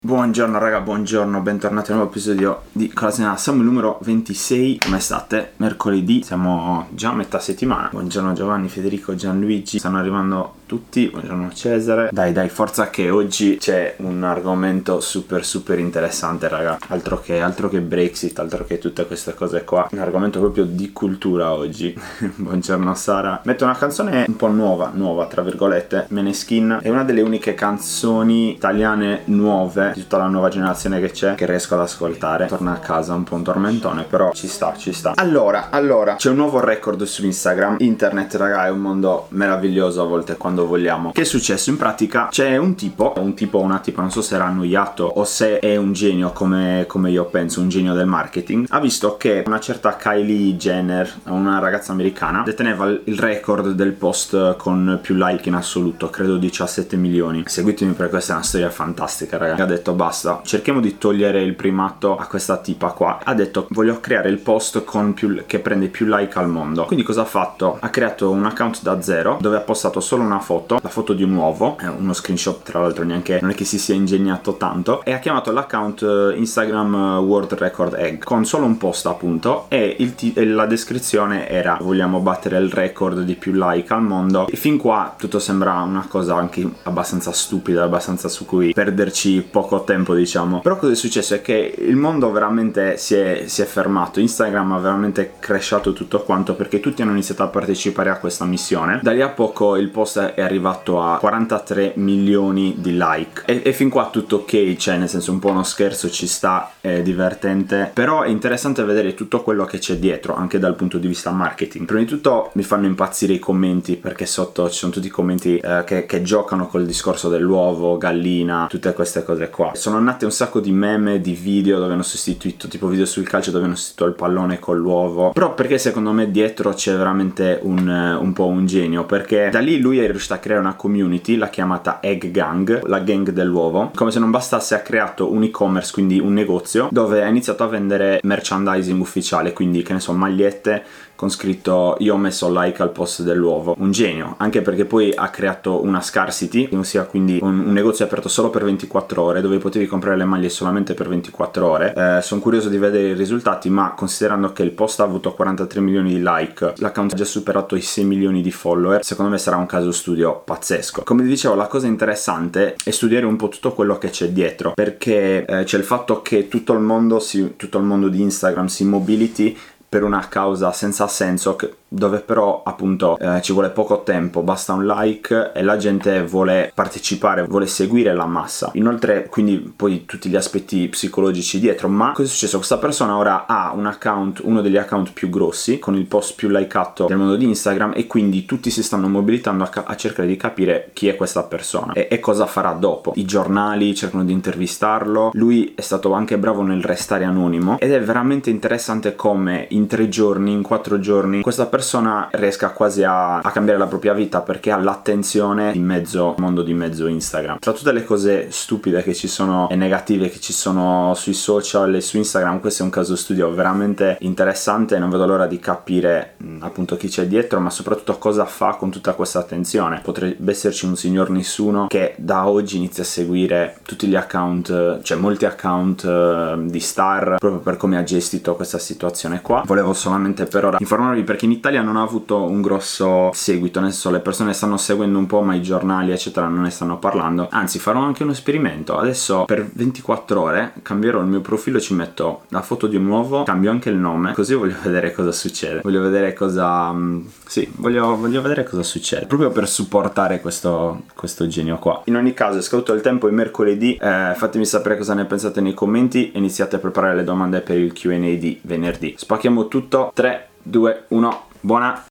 Buongiorno raga, buongiorno, bentornati a un nuovo episodio di Colazione. Siamo il numero 26, come state? Mercoledì, siamo già a metà settimana. Buongiorno Giovanni, Federico, Gianluigi, stanno arrivando tutti. Buongiorno Cesare. Dai, forza che oggi c'è un argomento super interessante raga. Altro che Brexit, altro che tutte queste cose qua. Un argomento proprio di cultura oggi. Buongiorno Sara. Metto una canzone un po' nuova tra virgolette. Maneskin è una delle uniche canzoni italiane nuove di tutta la nuova generazione che c'è che riesco ad ascoltare. Torna a casa un po' un tormentone, però ci sta. Allora c'è un nuovo record su Instagram. Internet raga è un mondo meraviglioso a volte quando vogliamo. Che è successo? In pratica c'è un tipo o una tipa, non so se era annoiato o se è un genio come io penso, un genio del marketing. Ha visto che una certa Kylie Jenner, una ragazza americana, deteneva il record del post con più like in assoluto, credo 17 milioni. Seguitemi perché questa è una storia fantastica raga. Ha detto basta, cerchiamo di togliere il primato a questa tipa qua. Ha detto voglio creare il post che prende più like al mondo. Quindi cosa ha fatto? Ha creato un account da zero dove ha postato solo una foto, la foto di un uovo, uno screenshot tra l'altro, non è che si sia ingegnato tanto, e ha chiamato l'account Instagram World Record Egg con solo un post appunto, e la descrizione era vogliamo battere il record di più like al mondo. E fin qua tutto sembra una cosa anche abbastanza stupida, abbastanza su cui perderci poco tempo diciamo. Però cosa è successo è che il mondo veramente si è fermato. Instagram ha veramente crashato tutto quanto perché tutti hanno iniziato a partecipare a questa missione. Da lì a poco il post è arrivato a 43 milioni di like e fin qua tutto ok, cioè nel senso un po' uno scherzo, ci sta, è divertente, però è interessante vedere tutto quello che c'è dietro anche dal punto di vista marketing. Prima di tutto mi fanno impazzire i commenti perché sotto ci sono tutti i commenti che giocano col discorso dell'uovo, gallina, tutte queste cose qua. Sono nate un sacco di meme, di video dove hanno sostituito, tipo video sul calcio dove hanno sostituito il pallone con l'uovo, però perché secondo me dietro c'è veramente un po' un genio, perché da lì lui è riuscito a creare una community, l'ha chiamata Egg Gang, la gang dell'uovo. Come se non bastasse, ha creato un e-commerce, quindi un negozio dove ha iniziato a vendere merchandising ufficiale, quindi che ne so, magliette con scritto io ho messo like al post dell'uovo. Un genio, anche perché poi ha creato una scarcity, ossia quindi un negozio aperto solo per 24 ore dove potevi comprare le maglie solamente per 24 ore. Sono curioso di vedere i risultati, ma considerando che il post ha avuto 43 milioni di like, l'account ha già superato i 6 milioni di follower, secondo me sarà un caso studio pazzesco. Come dicevo, la cosa interessante è studiare un po' tutto quello che c'è dietro, perché c'è il fatto che tutto il mondo di Instagram si mobiliti per una causa senza senso, dove però appunto ci vuole poco tempo, basta un like e la gente vuole partecipare, vuole seguire la massa. Inoltre quindi poi tutti gli aspetti psicologici dietro. Ma cosa è successo? Questa persona ora ha un account, uno degli account più grossi, con il post più likeato del mondo di Instagram, e quindi tutti si stanno mobilitando a cercare di capire chi è questa persona e cosa farà dopo. I giornali cercano di intervistarlo, lui è stato anche bravo nel restare anonimo, ed è veramente interessante come in 3 giorni, in 4 giorni questa persona riesca quasi a cambiare la propria vita, perché ha l'attenzione in mezzo mondo di mezzo Instagram. Tra tutte le cose stupide che ci sono e negative che ci sono sui social e su Instagram, questo è un caso studio veramente interessante. Non vedo l'ora di capire appunto chi c'è dietro, ma soprattutto cosa fa con tutta questa attenzione. Potrebbe esserci un signor nessuno che da oggi inizia a seguire tutti gli account, cioè molti account di star, proprio per come ha gestito questa situazione qua. Volevo solamente per ora informarvi perché in Italia non ha avuto un grosso seguito, nel senso le persone stanno seguendo un po', ma i giornali eccetera non ne stanno parlando. Anzi, farò anche un esperimento adesso: per 24 ore cambierò il mio profilo, ci metto la foto di un uovo, cambio anche il nome, così voglio vedere cosa succede, voglio vedere cosa vedere cosa succede, proprio per supportare questo genio qua. In ogni caso è scaduto il tempo, è mercoledì, fatemi sapere cosa ne pensate nei commenti e iniziate a preparare le domande per il Q&A di venerdì. Spacchiamo tutto. 3, 2, 1, buona